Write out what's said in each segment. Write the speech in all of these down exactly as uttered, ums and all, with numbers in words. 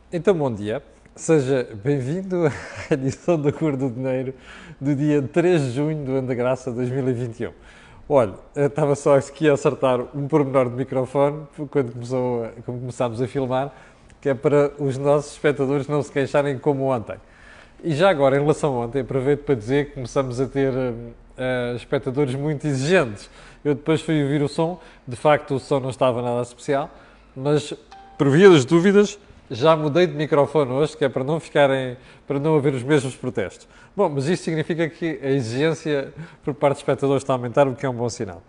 Então, bom dia. Seja bem-vindo à edição da Cor do Dinheiro do dia três de junho do ano da graça dois mil e vinte e um. Olha, eu estava só aqui a acertar um pormenor de microfone quando começou a- quando começámos a filmar, que é para os nossos espectadores não se queixarem como ontem. E já agora, em relação a ontem, aproveito para dizer que começamos a ter hum, eh, espectadores muito exigentes. Eu depois fui ouvir o som, de facto o som não estava nada especial, mas por via das dúvidas já mudei de microfone hoje, que é para não ficarem, para não haver os mesmos protestos. Bom, mas isto significa que a exigência por parte dos espectadores está a aumentar, o que é um bom sinal.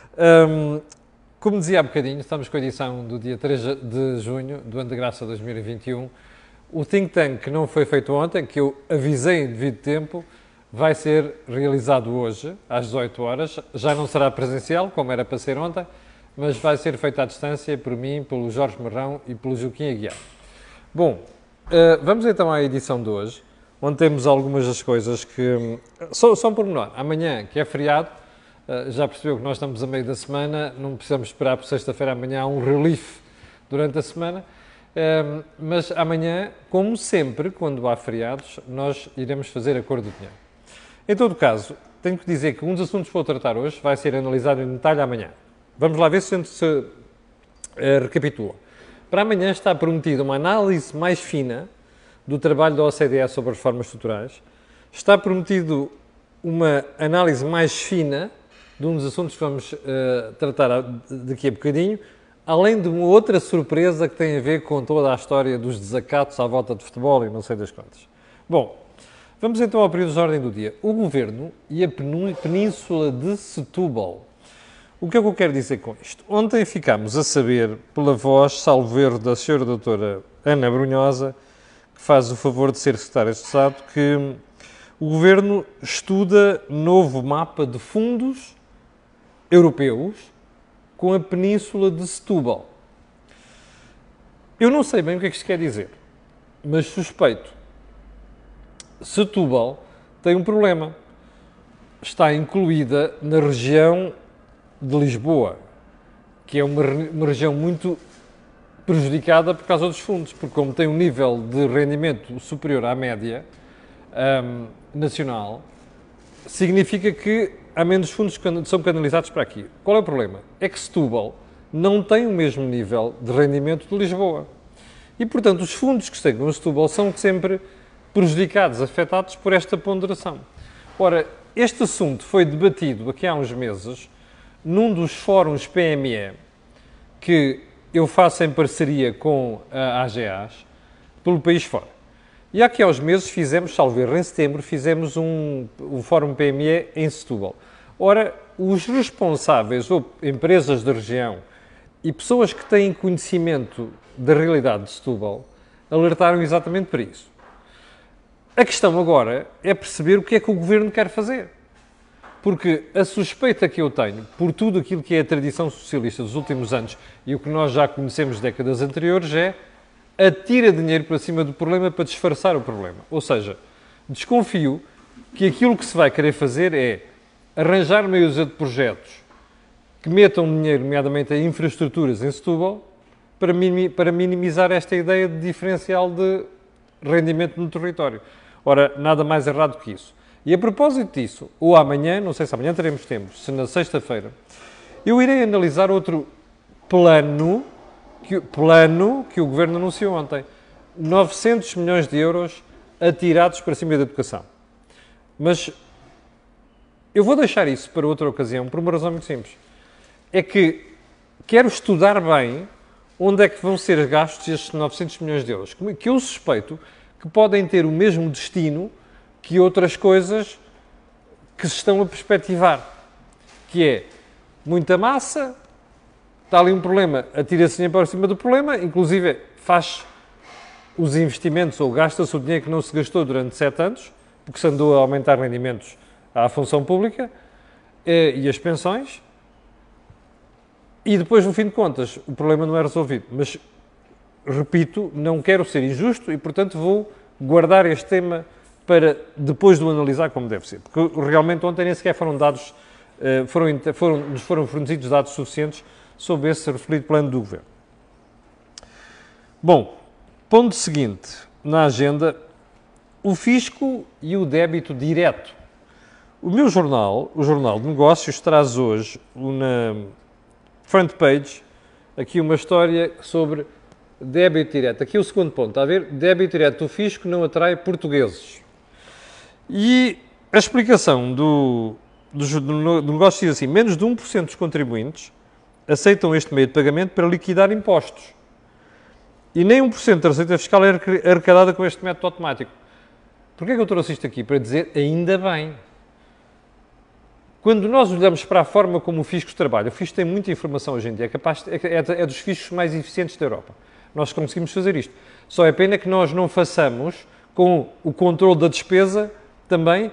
Hum, como dizia há bocadinho, estamos com a edição do dia três de junho do ano de graça dois mil e vinte e um. O think tank que não foi feito ontem, que eu avisei em devido tempo, vai ser realizado hoje, às dezoito horas. Já não será presencial, como era para ser ontem, mas vai ser feito à distância por mim, pelo Jorge Marrão e pelo Joaquim Aguiar. Bom, eh, vamos então à edição de hoje, onde temos algumas das coisas que... Só, só um pormenor. Amanhã, que é feriado, eh, já percebeu que nós estamos a meio da semana, não precisamos esperar por sexta-feira, amanhã há um relief durante a semana. Um, mas amanhã, como sempre, quando há feriados, nós iremos fazer a cor do dinheiro. Em todo caso, tenho que dizer que um dos assuntos que vou tratar hoje vai ser analisado em detalhe amanhã. Vamos lá ver se a gente se uh, recapitula. Para amanhã está prometida uma análise mais fina do trabalho da O C D E sobre as reformas estruturais. Está prometido uma análise mais fina de um dos assuntos que vamos uh, tratar daqui a bocadinho, além de uma outra surpresa que tem a ver com toda a história dos desacatos à volta de futebol e não sei das quantas. Bom, vamos então ao período de ordem do dia. O Governo e a Península de Setúbal. O que é que eu quero dizer com isto? Ontem ficámos a saber, pela voz, salvo erro, da senhora doutora Ana Brunhosa, que faz o favor de ser secretária de Estado, que o Governo estuda novo mapa de fundos europeus com a Península de Setúbal. Eu não sei bem o que é que isto quer dizer, mas suspeito. Setúbal tem um problema. Está incluída na região de Lisboa, que é uma, uma região muito prejudicada por causa dos fundos, porque como tem um nível de rendimento superior à média um, nacional, significa que há menos fundos que são canalizados para aqui. Qual é o problema? É que Setúbal não tem o mesmo nível de rendimento de Lisboa. E, portanto, os fundos que chegam a Setúbal são sempre prejudicados, afetados por esta ponderação. Ora, este assunto foi debatido aqui há uns meses num dos fóruns P M E que eu faço em parceria com a AGEAS pelo país fora. E aqui há uns meses fizemos, salvo erro, em setembro, fizemos um, um fórum P M E em Setúbal. Ora, os responsáveis, ou empresas da região, e pessoas que têm conhecimento da realidade de Setúbal, alertaram exatamente para isso. A questão agora é perceber o que é que o Governo quer fazer. Porque a suspeita que eu tenho, por tudo aquilo que é a tradição socialista dos últimos anos e o que nós já conhecemos de décadas anteriores, é atira dinheiro para cima do problema para disfarçar o problema. Ou seja, desconfio que aquilo que se vai querer fazer é arranjar meios de projetos que metam dinheiro, nomeadamente em infraestruturas em Setúbal, para, para minimizar esta ideia de diferencial de rendimento no território. Ora, nada mais errado que isso. E a propósito disso, ou amanhã, não sei se amanhã teremos tempo, se na sexta-feira, eu irei analisar outro plano que, plano que o Governo anunciou ontem. novecentos milhões de euros atirados para cima da educação. Mas eu vou deixar isso para outra ocasião, por uma razão muito simples. É que quero estudar bem onde é que vão ser gastos estes novecentos milhões de euros, que eu suspeito que podem ter o mesmo destino que outras coisas que se estão a perspectivar, que é muita massa, está ali um problema, atira-se dinheiro para cima do problema, inclusive faz os investimentos ou gasta-se o dinheiro que não se gastou durante sete anos, porque se andou a aumentar rendimentos à função pública e as pensões, e depois, no fim de contas, o problema não é resolvido. Mas, repito, não quero ser injusto e, portanto, vou guardar este tema para depois de o analisar como deve ser. Porque realmente ontem nem sequer foram dados, foram, foram, nos foram fornecidos dados suficientes sobre esse referido plano do Governo. Bom, Ponto seguinte na agenda, o fisco e o débito direto. O meu jornal, o Jornal de Negócios, traz hoje na front page aqui uma história sobre débito direto. Aqui é o segundo ponto, está a ver? Débito direto do fisco não atrai portugueses. E a explicação do, do, do negócio diz assim, menos de um por cento dos contribuintes aceitam este meio de pagamento para liquidar impostos. E nem um por cento da receita fiscal é arrecadada com este método automático. Porquê é que eu trouxe isto aqui? Para dizer, ainda bem. Quando nós olhamos para a forma como o fisco trabalha, o fisco tem muita informação hoje em dia, é, capaz de, é, é dos fiscos mais eficientes da Europa. Nós conseguimos fazer isto. Só é pena que nós não façamos, com o controle da despesa, também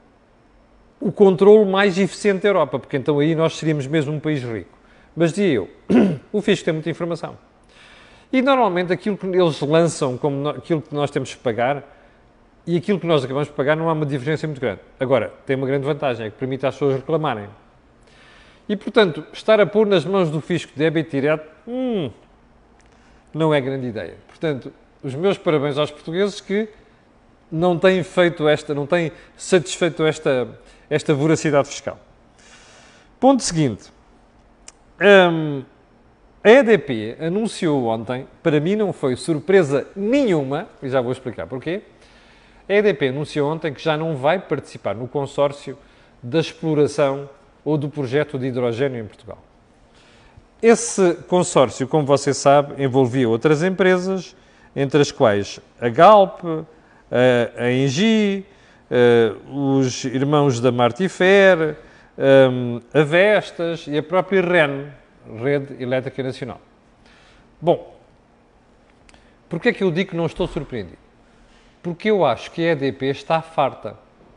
o controle mais eficiente da Europa, porque então aí nós seríamos mesmo um país rico. Mas dizia eu, o fisco tem muita informação. E normalmente aquilo que eles lançam como no, aquilo que nós temos que pagar e aquilo que nós acabamos de pagar não há uma diferença muito grande. Agora, tem uma grande vantagem, é que permite às pessoas reclamarem. E, portanto, estar a pôr nas mãos do fisco débito direto, hum, não é grande ideia. Portanto, os meus parabéns aos portugueses que não têm feito esta, não têm satisfeito esta, esta voracidade fiscal. Ponto seguinte. Hum, a E D P anunciou ontem, para mim não foi surpresa nenhuma, e já vou explicar porquê, a E D P anunciou ontem que já não vai participar no consórcio da exploração ou do projeto de hidrogênio em Portugal. Esse consórcio, como você sabe, envolvia outras empresas, entre as quais a Galp, a, a Engie, os irmãos da Martifer, a Vestas e a própria R E N, Rede Elétrica Nacional. Bom, porquê é que eu digo que não estou surpreendido? Porque eu acho que a E D P está farta.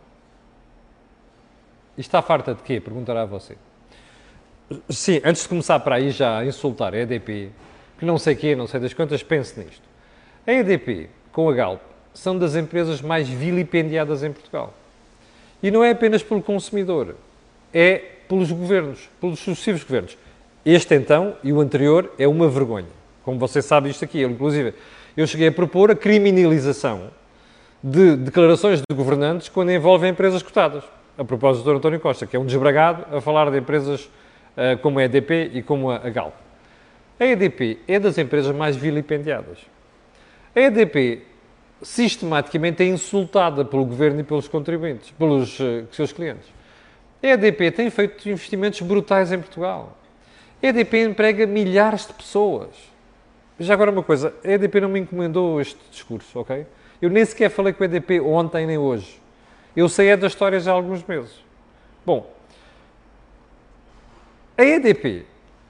E está farta de quê? Perguntará você. Sim, antes de começar para aí já a insultar a E D P, que não sei quê, não sei das quantas, pense nisto. A E D P, com a Galp, são das empresas mais vilipendiadas em Portugal. E não é apenas pelo consumidor, é pelos governos, pelos sucessivos governos. Este, então, e o anterior, é uma vergonha. Como você sabe isto aqui, eu, inclusive, eu cheguei a propor a criminalização de declarações de governantes quando envolvem empresas cotadas. A propósito do doutor António Costa, que é um desbragado a falar de empresas uh, como a E D P e como a, a Galp. A E D P é das empresas mais vilipendiadas. A E D P sistematicamente é insultada pelo governo e pelos contribuintes, pelos uh, seus clientes. A E D P tem feito investimentos brutais em Portugal. A E D P emprega milhares de pessoas. Já agora uma coisa, a E D P não me encomendou este discurso, ok? Eu nem sequer falei com a E D P ontem nem hoje. Eu sei é das histórias há alguns meses. Bom, a E D P,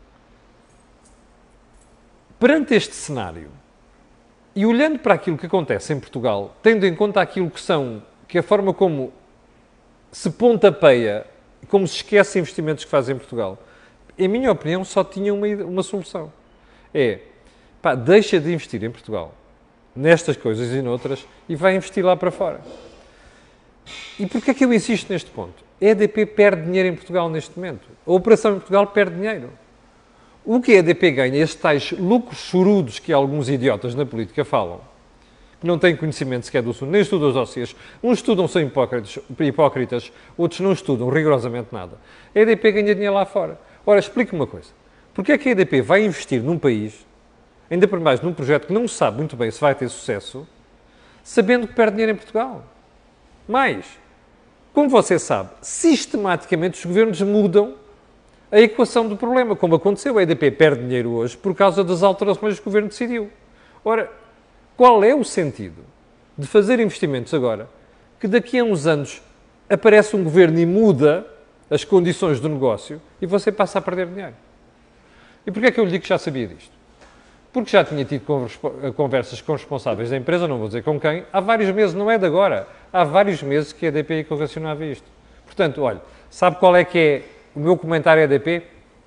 perante este cenário, e olhando para aquilo que acontece em Portugal, tendo em conta aquilo que são, que a forma como se pontapeia, como se esquece investimentos que faz em Portugal, em minha opinião, só tinha uma, uma solução. É, pá, deixa de investir em Portugal, nestas coisas e noutras, e vai investir lá para fora. E porquê é que eu insisto neste ponto? A E D P perde dinheiro em Portugal neste momento. A operação em Portugal perde dinheiro. O que a E D P ganha, estes tais lucros chorudos que alguns idiotas na política falam, que não têm conhecimento sequer do assunto, nem estudam os dossiês, uns estudam são hipócritas, hipócritas, outros não estudam rigorosamente nada. A E D P ganha dinheiro lá fora. Ora, explique-me uma coisa. Porquê é que a E D P vai investir num país, ainda por mais num projeto que não sabe muito bem se vai ter sucesso, sabendo que perde dinheiro em Portugal? Mais, como você sabe, sistematicamente os governos mudam a equação do problema, como aconteceu. A E D P perde dinheiro hoje por causa das alterações que o governo decidiu. Ora, qual é o sentido de fazer investimentos agora que daqui a uns anos aparece um governo e muda as condições do negócio e você passa a perder dinheiro? E porquê é que eu lhe digo que já sabia disto? Porque já tinha tido conversas com responsáveis da empresa, não vou dizer com quem, há vários meses, não é de agora, há vários meses que a E D P equacionava isto. Portanto, olha, sabe qual é que é o meu comentário à E D P?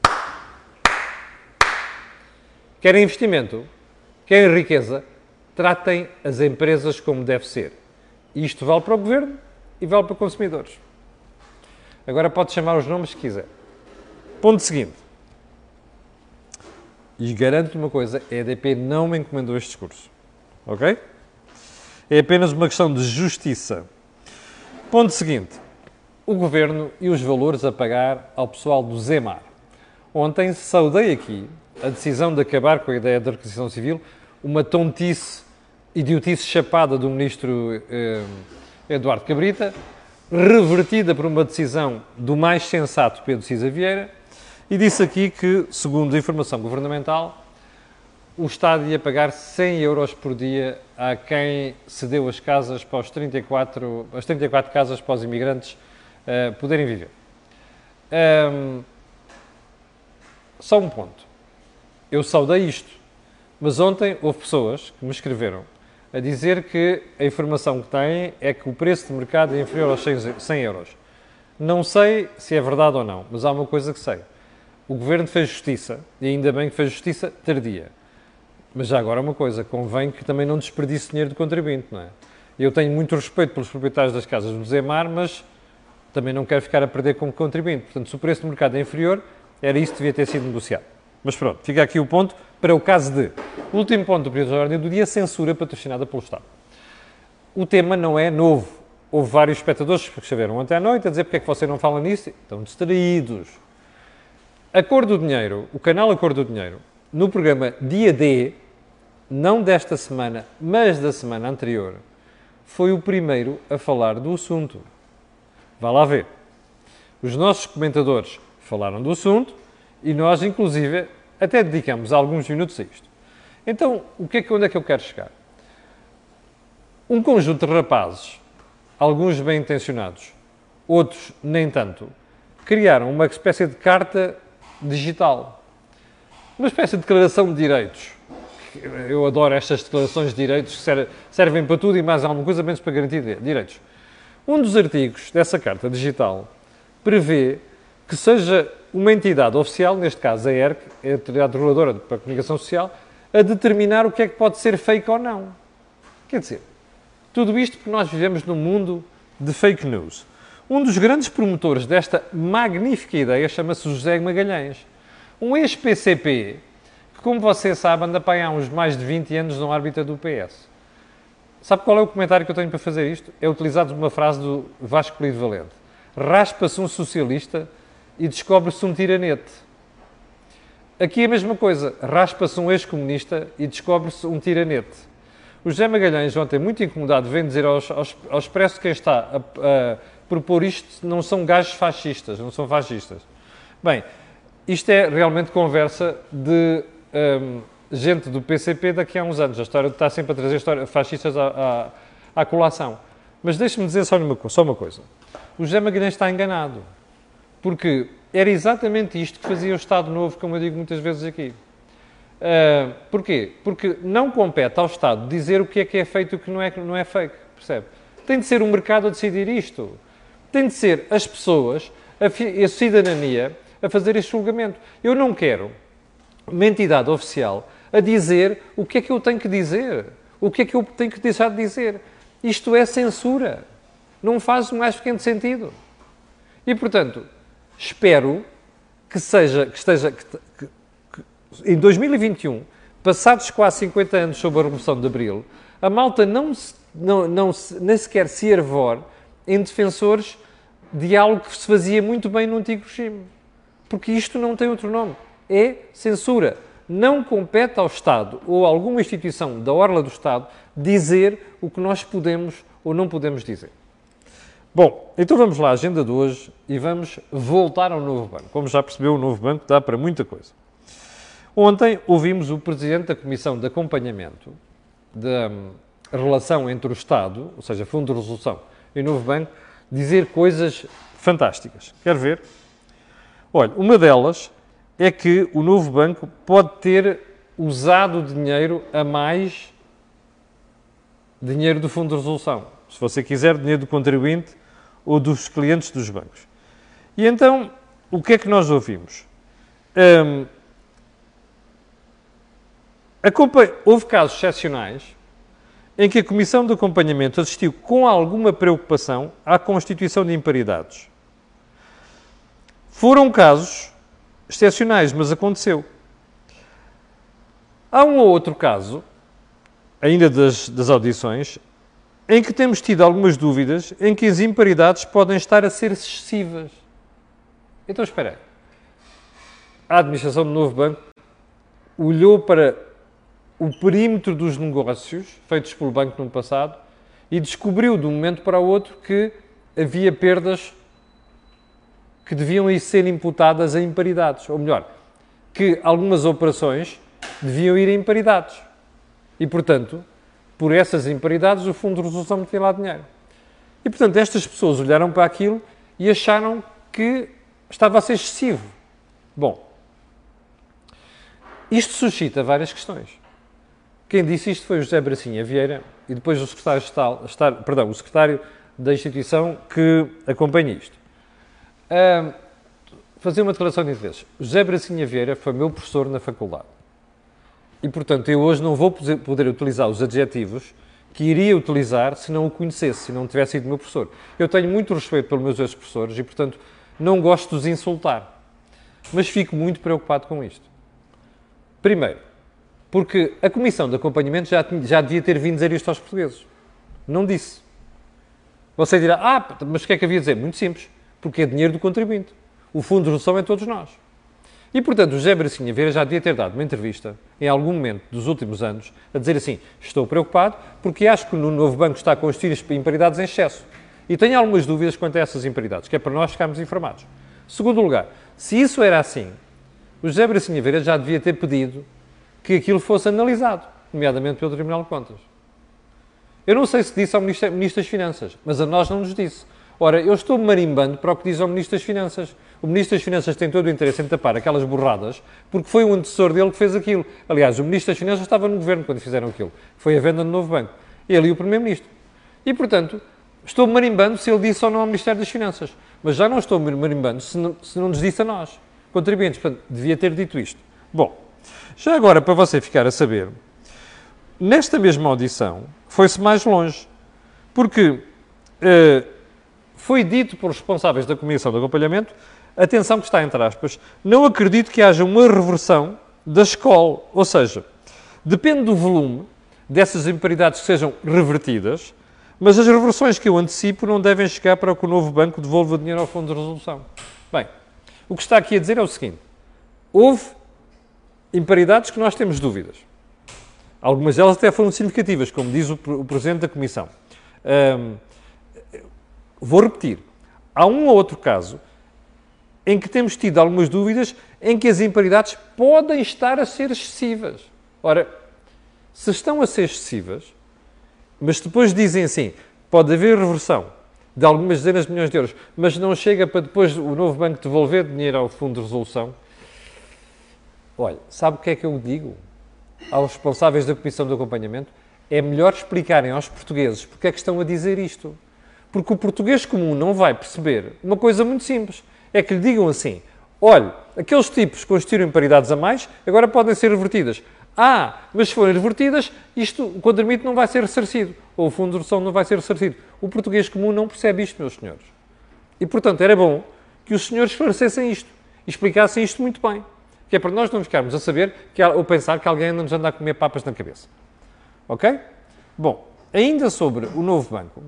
Querem investimento? Querem riqueza? Tratem as empresas como deve ser. E isto vale para o governo e vale para consumidores. Agora pode chamar os nomes que quiser. Ponto seguinte. E garanto-lhe uma coisa, a E D P não me encomendou este discurso. ok? É apenas uma questão de justiça. Ponto seguinte. O Governo e os valores a pagar ao pessoal do Zemar. Ontem saudei aqui a decisão de acabar com a ideia da requisição civil, uma tontice, idiotice chapada do Ministro eh, Eduardo Cabrita, revertida por uma decisão do mais sensato Pedro Cisa Vieira, e disse aqui que, segundo a informação governamental, o Estado ia pagar cem euros por dia a quem cedeu as casas para os trinta e quatro, as trinta e quatro casas para os imigrantes uh, poderem viver. Um, só um ponto. Eu saudei isto, mas ontem houve pessoas que me escreveram a dizer que a informação que têm é que o preço de mercado é inferior aos cem euros. Não sei se é verdade ou não, mas há uma coisa que sei. O Governo fez justiça, e ainda bem que fez justiça tardia. Mas já agora uma coisa, convém que também não desperdice dinheiro do contribuinte, não é? Eu tenho muito respeito pelos proprietários das casas do Zemar, mas também não quero ficar a perder como contribuinte. Portanto, se o preço de mercado é inferior, era isso que devia ter sido negociado. Mas pronto, fica aqui o ponto para o caso de... O último ponto do período de ordem do dia, censura patrocinada pelo Estado. O tema não é novo. Houve vários espectadores que escreveram ontem à noite a dizer porque é que você não fala nisso. Estão distraídos. A Cor do Dinheiro, o canal A Cor do Dinheiro, no programa Dia D, não desta semana, mas da semana anterior, foi o primeiro a falar do assunto. Vá lá ver. Os nossos comentadores falaram do assunto e nós, inclusive, até dedicamos alguns minutos a isto. Então, o que é que, onde é que eu quero chegar? Um conjunto de rapazes, alguns bem-intencionados, outros nem tanto, criaram uma espécie de carta digital. Uma espécie de declaração de direitos. Eu adoro estas declarações de direitos que servem para tudo e mais alguma coisa, menos para garantir direitos. Um dos artigos dessa carta digital prevê que seja uma entidade oficial, neste caso a E R C, a Entidade Reguladora para a Comunicação Social, a determinar o que é que pode ser fake ou não. Quer dizer, tudo isto porque nós vivemos num mundo de fake news. Um dos grandes promotores desta magnífica ideia chama-se José Magalhães. Um ex-P C P, que, como você sabe, anda para aí há uns mais de vinte anos no árbitro do P S. Sabe qual é o comentário que eu tenho para fazer isto? É utilizado uma frase do Vasco Polido Valente. Raspa-se um socialista e descobre-se um tiranete. Aqui é a mesma coisa. Raspa-se um ex-comunista e descobre-se um tiranete. O José Magalhães, ontem, muito incomodado, vem dizer aos, aos, ao Expresso que quem está a, a propor isto não são gajos fascistas, não são fascistas. Bem, isto é realmente conversa de um, gente do P C P daqui a uns anos. A história está sempre a trazer história, fascistas à, à, à colação. Mas deixe-me dizer só uma, só uma coisa. O José Magalhães está enganado. Porque era exatamente isto que fazia o Estado Novo, como eu digo muitas vezes aqui. Uh, porquê? Porque não compete ao Estado dizer o que é que é feito e o que não é, não é fake. Percebe? Tem de ser o mercado a decidir isto. Tem de ser as pessoas, a, a cidadania, a fazer este julgamento. Eu não quero uma entidade oficial a dizer o que é que eu tenho que dizer, o que é que eu tenho que deixar de dizer. Isto é censura. Não faz o mais pequeno sentido. E, portanto, espero que seja, que esteja, que, que, que, em dois mil e vinte e um, passados quase cinquenta anos sob a Revolução de Abril, a malta não, não, não, nem sequer se ervor em defensores de algo que se fazia muito bem no antigo regime. Porque isto não tem outro nome. É censura. Não compete ao Estado ou a alguma instituição da orla do Estado dizer o que nós podemos ou não podemos dizer. Bom, então vamos lá à agenda de hoje e vamos voltar ao novo banco. Como já percebeu, o novo banco dá para muita coisa. Ontem ouvimos o Presidente da Comissão de Acompanhamento da relação entre o Estado, ou seja, Fundo de Resolução e o novo banco, dizer coisas fantásticas. Quer ver? Olha, uma delas é que o novo banco pode ter usado dinheiro a mais dinheiro do Fundo de Resolução. Se você quiser, dinheiro do contribuinte ou dos clientes dos bancos. E então, o que é que nós ouvimos? Um, houve casos excepcionais em que a Comissão de Acompanhamento assistiu com alguma preocupação à constituição de imparidades. Foram casos excepcionais, mas aconteceu. Há um ou outro caso ainda das, das audições, em que temos tido algumas dúvidas em que as imparidades podem estar a ser excessivas. Então, espera aí. A administração do novo banco olhou para o perímetro dos negócios feitos pelo banco no passado e descobriu de um momento para o outro que havia perdas que deviam ser imputadas a imparidades. Ou melhor, que algumas operações deviam ir a imparidades. E, portanto, por essas imparidades, o Fundo de Resolução metia lá dinheiro. E, portanto, estas pessoas olharam para aquilo e acharam que estava a ser excessivo. Bom, isto suscita várias questões. Quem disse isto foi o José Bracinha Vieira e depois o secretário, estar, perdão, o secretário da instituição que acompanha isto. Uh, fazer uma declaração de interesse. José Bracinha Vieira foi meu professor na faculdade. E, portanto, eu hoje não vou poder utilizar os adjetivos que iria utilizar se não o conhecesse, se não tivesse sido meu professor. Eu tenho muito respeito pelos meus ex-professores e, portanto, não gosto de os insultar. Mas fico muito preocupado com isto. Primeiro, porque a Comissão de Acompanhamento já, já devia ter vindo dizer isto aos portugueses. Não disse. Você dirá, ah, mas o que é que havia de dizer? Muito simples. Porque é dinheiro do contribuinte. O Fundo de Resolução é todos nós. E, portanto, o José Bracinha Vieira já devia ter dado uma entrevista, em algum momento dos últimos anos, a dizer assim, estou preocupado porque acho que no novo banco está a constituir imparidades em excesso. E tenho algumas dúvidas quanto a essas imparidades, que é para nós ficarmos informados. Segundo lugar, se isso era assim, o José Bracinha Vieira já devia ter pedido que aquilo fosse analisado, nomeadamente pelo Tribunal de Contas. Eu não sei se disse ao Ministro, Ministro das Finanças, mas a nós não nos disse. Ora, eu estou marimbando para o que diz ao Ministro das Finanças. O Ministro das Finanças tem todo o interesse em tapar aquelas borradas, porque foi o antecessor dele que fez aquilo. Aliás, o Ministro das Finanças estava no Governo quando fizeram aquilo. Foi a venda do novo banco. Ele e o Primeiro-Ministro. E, portanto, estou marimbando se ele disse ou não ao Ministério das Finanças. Mas já não estou marimbando se não, se não nos disse a nós, contribuintes. Portanto, devia ter dito isto. Bom, já agora, para você ficar a saber, nesta mesma audição, foi-se mais longe. Porque... Uh, Foi dito pelos responsáveis da Comissão de Acompanhamento, atenção que está entre aspas, não acredito que haja uma reversão da escola. Ou seja, depende do volume dessas imparidades que sejam revertidas, mas as reversões que eu antecipo não devem chegar para que o novo banco devolva dinheiro ao Fundo de Resolução. Bem, o que está aqui a dizer é o seguinte, houve imparidades que nós temos dúvidas. Algumas delas até foram significativas, como diz o, o Presidente da Comissão. Um, Vou repetir. Há um ou outro caso em que temos tido algumas dúvidas em que as imparidades podem estar a ser excessivas. Ora, se estão a ser excessivas, mas depois dizem assim, pode haver reversão de algumas dezenas de milhões de euros, mas não chega para depois o novo banco devolver dinheiro ao Fundo de Resolução. Olha, sabe o que é que eu digo aos responsáveis da Comissão de Acompanhamento? É melhor explicarem aos portugueses porque é que estão a dizer isto. Porque o português comum não vai perceber uma coisa muito simples. É que lhe digam assim, olha, aqueles tipos que constituíram imparidades a mais, agora podem ser revertidas. Ah, mas se forem revertidas, isto, o contribuinte não vai ser ressarcido. Ou o Fundo de Resolução não vai ser ressarcido. O português comum não percebe isto, meus senhores. E, portanto, era bom que os senhores esclarecessem isto. E explicassem isto muito bem. Que é para nós não ficarmos a saber que, ou pensar que alguém anda nos anda a comer papas na cabeça. Ok? Bom, ainda sobre o novo banco...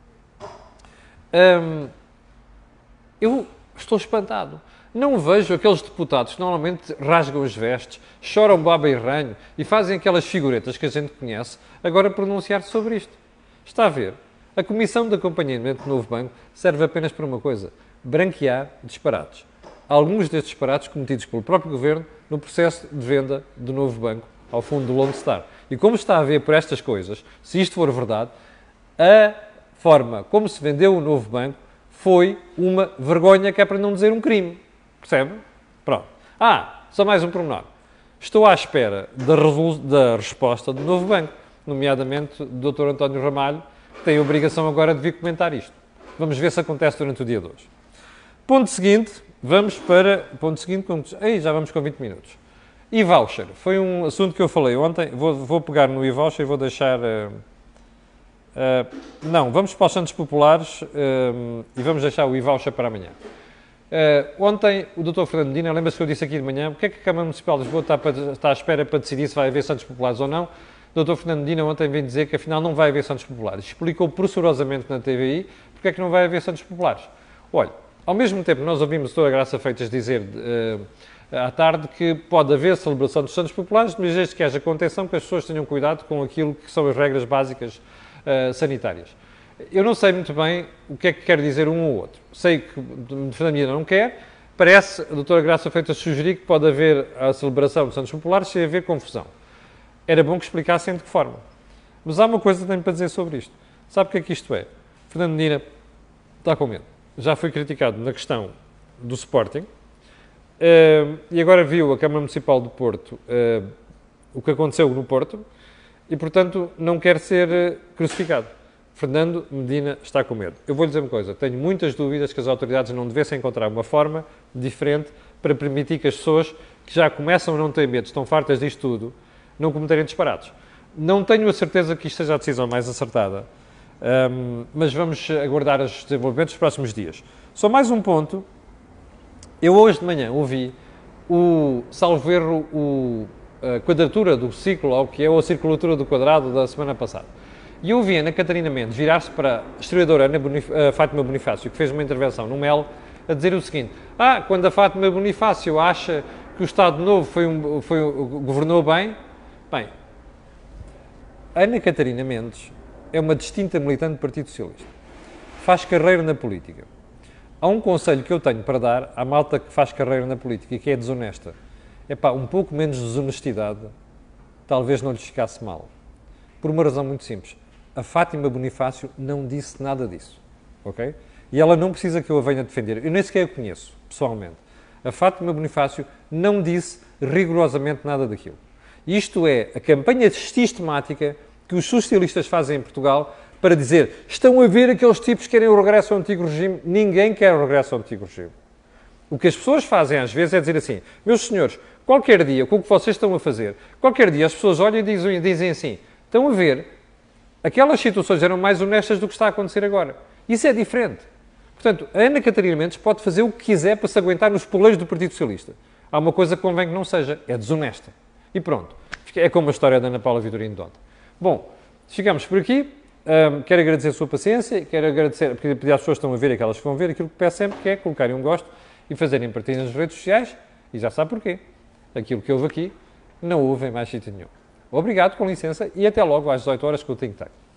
Hum, eu estou espantado. Não vejo aqueles deputados que normalmente rasgam as vestes, choram baba e ranho e fazem aquelas figuretas que a gente conhece, agora pronunciar-se sobre isto. Está a ver? A Comissão de Acompanhamento do Novo Banco serve apenas para uma coisa, branquear disparates. Alguns destes disparates cometidos pelo próprio Governo no processo de venda do novo banco ao fundo do Lone Star. E como está a ver por estas coisas, se isto for verdade, a forma como se vendeu o novo banco foi uma vergonha, que é para não dizer um crime. Percebe? Pronto. Ah, só mais um pormenor. Estou à espera da, da resposta do novo banco, nomeadamente do doutor António Ramalho, que tem a obrigação agora de vir comentar isto. Vamos ver se acontece durante o dia de hoje. Ponto seguinte, vamos para... Ponto seguinte, aí já vamos com vinte minutos. E-voucher. Foi um assunto que eu falei ontem. Vou, vou pegar no e-voucher e vou deixar... Uh, Uh, não, vamos para os Santos Populares uh, e vamos deixar o e-voucher para amanhã. Uh, ontem, o doutor Fernando Medina, lembra-se que eu disse aqui de manhã, porque é que a Câmara Municipal de Lisboa está, para, está à espera para decidir se vai haver Santos Populares ou não? O doutor Fernando Medina ontem veio dizer que afinal não vai haver Santos Populares. Explicou pressurosamente na T V I porque é que não vai haver Santos Populares. Olha, ao mesmo tempo nós ouvimos a doutora Graça Freitas dizer uh, à tarde que pode haver celebração dos Santos Populares, mas desde que haja contenção, que as pessoas tenham cuidado com aquilo que são as regras básicas uh, sanitárias. Eu não sei muito bem o que é que quer dizer um ou outro. Sei que o Fernando Medina não quer. Parece a doutora Graça Freitas sugerir que pode haver a celebração dos Santos Populares sem haver confusão. Era bom que explicassem de que forma. Mas há uma coisa que tenho para dizer sobre isto. Sabe o que é que isto é? Fernando Medina está com medo. Já foi criticado na questão do Sporting uh, e agora viu a Câmara Municipal do Porto uh, o que aconteceu no Porto e, portanto, não quer ser uh, crucificado. Fernando Medina está com medo. Eu vou lhe dizer uma coisa, tenho muitas dúvidas que as autoridades não devessem encontrar uma forma diferente para permitir que as pessoas que já começam a não ter medo, estão fartas disto tudo, não cometerem disparates. Não tenho a certeza que isto seja a decisão mais acertada, um, mas vamos aguardar os desenvolvimentos dos próximos dias. Só mais um ponto. Eu hoje de manhã ouvi o, salvo erro, o, a quadratura do ciclo, ou o que é, ou a circulatura do quadrado da semana passada. E eu ouvi a Ana Catarina Mendes virar-se para a historiadora Ana Bonif uh, Fátima Bonifácio, que fez uma intervenção no Mel, a dizer o seguinte: ah, quando a Fátima Bonifácio acha que o Estado Novo foi um, foi, governou bem, bem, a Ana Catarina Mendes é uma distinta militante do Partido Socialista. Faz carreira na política. Há um conselho que eu tenho para dar à malta que faz carreira na política e que é desonesta. É pá, um pouco menos de desonestidade talvez não lhes ficasse mal. Por uma razão muito simples. A Fátima Bonifácio não disse nada disso, ok? E ela não precisa que eu a venha defender. Eu nem sequer a conheço, pessoalmente. A Fátima Bonifácio não disse rigorosamente nada daquilo. Isto é a campanha sistemática que os socialistas fazem em Portugal para dizer: estão a ver aqueles tipos que querem o regresso ao antigo regime. Ninguém quer o regresso ao antigo regime. O que as pessoas fazem às vezes é dizer assim: meus senhores, qualquer dia, com o que vocês estão a fazer, qualquer dia as pessoas olham e dizem, dizem assim: estão a ver, aquelas situações eram mais honestas do que está a acontecer agora. Isso é diferente. Portanto, a Ana Catarina Mendes pode fazer o que quiser para se aguentar nos poleiros do Partido Socialista. Há uma coisa que convém que não seja, é desonesta. E pronto. É como a história da Ana Paula Vitorino de ontem. Bom, chegamos por aqui. Um, quero agradecer a sua paciência, quero agradecer, porque pedir às pessoas que estão a ver, aquelas que vão ver, aquilo que peço sempre, que é colocarem um gosto e fazerem partilhas nas redes sociais, e já sabe porquê. Aquilo que houve aqui, não houve em mais sítio nenhum. Obrigado, com licença, e até logo às dezoito horas que eu tenho que estar.